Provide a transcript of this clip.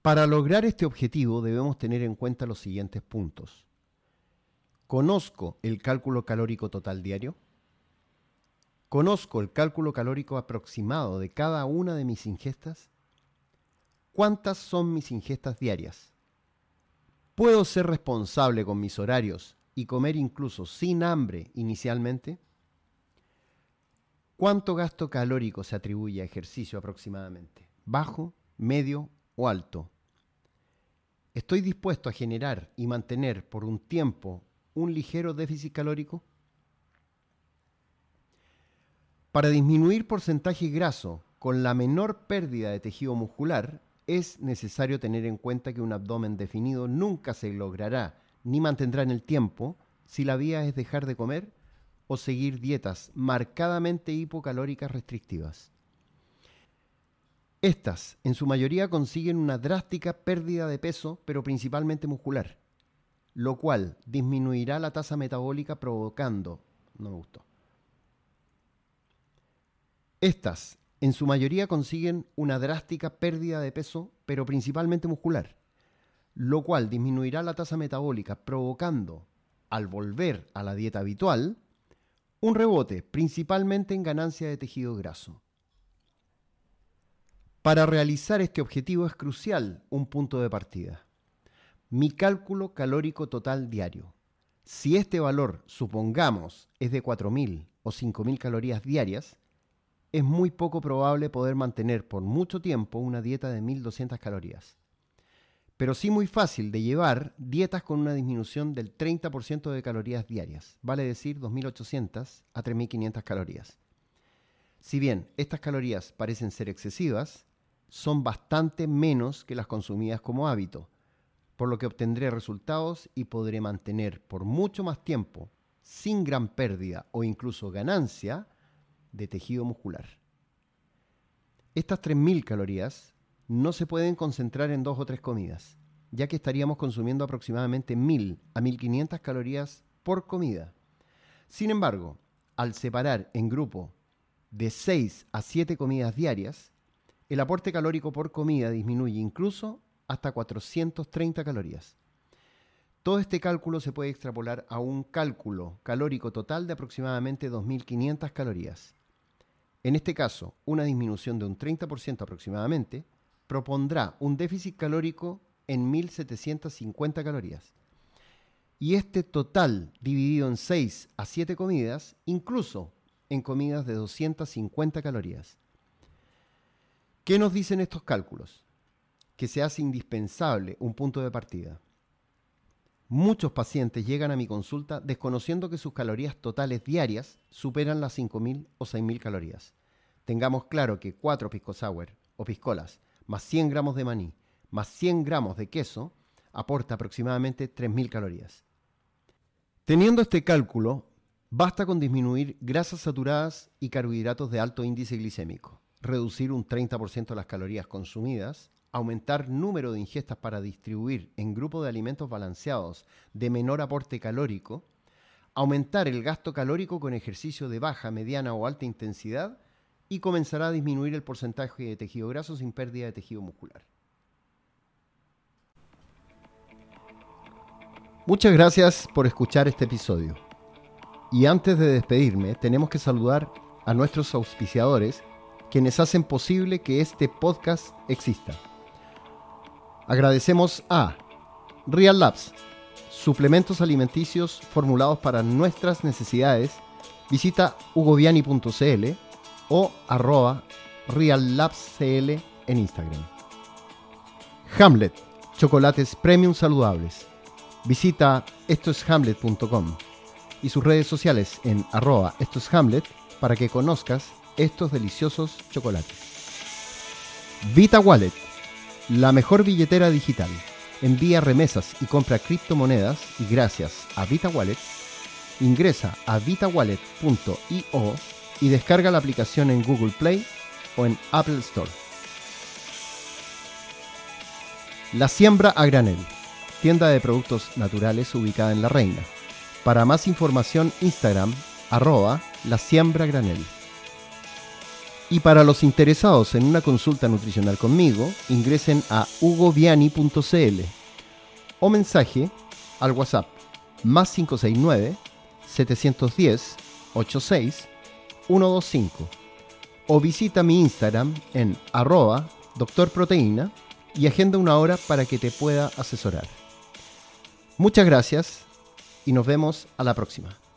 Para lograr este objetivo debemos tener en cuenta los siguientes puntos. ¿Conozco el cálculo calórico total diario? ¿Conozco el cálculo calórico aproximado de cada una de mis ingestas? ¿Cuántas son mis ingestas diarias? ¿Puedo ser responsable con mis horarios y comer incluso sin hambre inicialmente? ¿Cuánto gasto calórico se atribuye a ejercicio aproximadamente? ¿Bajo, medio o alto? ¿Estoy dispuesto a generar y mantener por un tiempo un ligero déficit calórico? Para disminuir porcentaje graso con la menor pérdida de tejido muscular, es necesario tener en cuenta que un abdomen definido nunca se logrará ni mantendrá en el tiempo si la vía es dejar de comer o seguir dietas marcadamente hipocalóricas restrictivas. Estas, en su mayoría, consiguen una drástica pérdida de peso, pero principalmente muscular, lo cual disminuirá la tasa metabólica provocando... No me gustó. Estas, en su mayoría, consiguen una drástica pérdida de peso, pero principalmente muscular, lo cual disminuirá la tasa metabólica, provocando, al volver a la dieta habitual, un rebote, principalmente en ganancia de tejido graso. Para realizar este objetivo es crucial un punto de partida. Mi cálculo calórico total diario. Si este valor, supongamos, es de 4.000 o 5.000 calorías diarias, es muy poco probable poder mantener por mucho tiempo una dieta de 1.200 calorías. Pero sí muy fácil de llevar dietas con una disminución del 30% de calorías diarias, vale decir 2.800 a 3.500 calorías. Si bien estas calorías parecen ser excesivas, son bastante menos que las consumidas como hábito, por lo que obtendré resultados y podré mantener por mucho más tiempo, sin gran pérdida o incluso ganancia, de tejido muscular. Estas 3.000 calorías no se pueden concentrar en 2 o 3 comidas, ya que estaríamos consumiendo aproximadamente 1.000 a 1.500 calorías por comida. Sin embargo, al separar en grupo de 6 a 7 comidas diarias, el aporte calórico por comida disminuye incluso hasta 430 calorías. Todo este cálculo se puede extrapolar a un cálculo calórico total de aproximadamente 2.500 calorías. En este caso, una disminución de un 30% aproximadamente propondrá un déficit calórico en 1.750 calorías. Y este total dividido en 6 a 7 comidas, incluso en comidas de 250 calorías. ¿Qué nos dicen estos cálculos? Que se hace indispensable un punto de partida. Muchos pacientes llegan a mi consulta desconociendo que sus calorías totales diarias superan las 5.000 o 6.000 calorías. Tengamos claro que 4 pisco sour o piscolas más 100 gramos de maní más 100 gramos de queso aporta aproximadamente 3.000 calorías. Teniendo este cálculo, basta con disminuir grasas saturadas y carbohidratos de alto índice glicémico, reducir un 30% las calorías consumidas, aumentar número de ingestas para distribuir en grupos de alimentos balanceados de menor aporte calórico, aumentar el gasto calórico con ejercicio de baja, mediana o alta intensidad y comenzará a disminuir el porcentaje de tejido graso sin pérdida de tejido muscular. Muchas gracias por escuchar este episodio. Y antes de despedirme, tenemos que saludar a nuestros auspiciadores, quienes hacen posible que este podcast exista. Agradecemos a Real Labs, suplementos alimenticios formulados para nuestras necesidades. Visita hugoviani.cl o @reallabscl en Instagram. Hamlet, chocolates premium saludables. Visita estoeshamlet.com y sus redes sociales en @estoeshamlet para que conozcas estos deliciosos chocolates. Vita Wallet, la mejor billetera digital. Envía remesas y compra criptomonedas y gracias a Vita Wallet, ingresa a vitawallet.io y descarga la aplicación en Google Play o en Apple Store. La Siembra a Granel, tienda de productos naturales ubicada en La Reina. Para más información, Instagram, @lasiembra granel. Y para los interesados en una consulta nutricional conmigo, ingresen a hugoviani.cl o mensaje al WhatsApp más 569-710-86-125 o visita mi Instagram en @doctorproteína y agenda una hora para que te pueda asesorar. Muchas gracias y nos vemos a la próxima.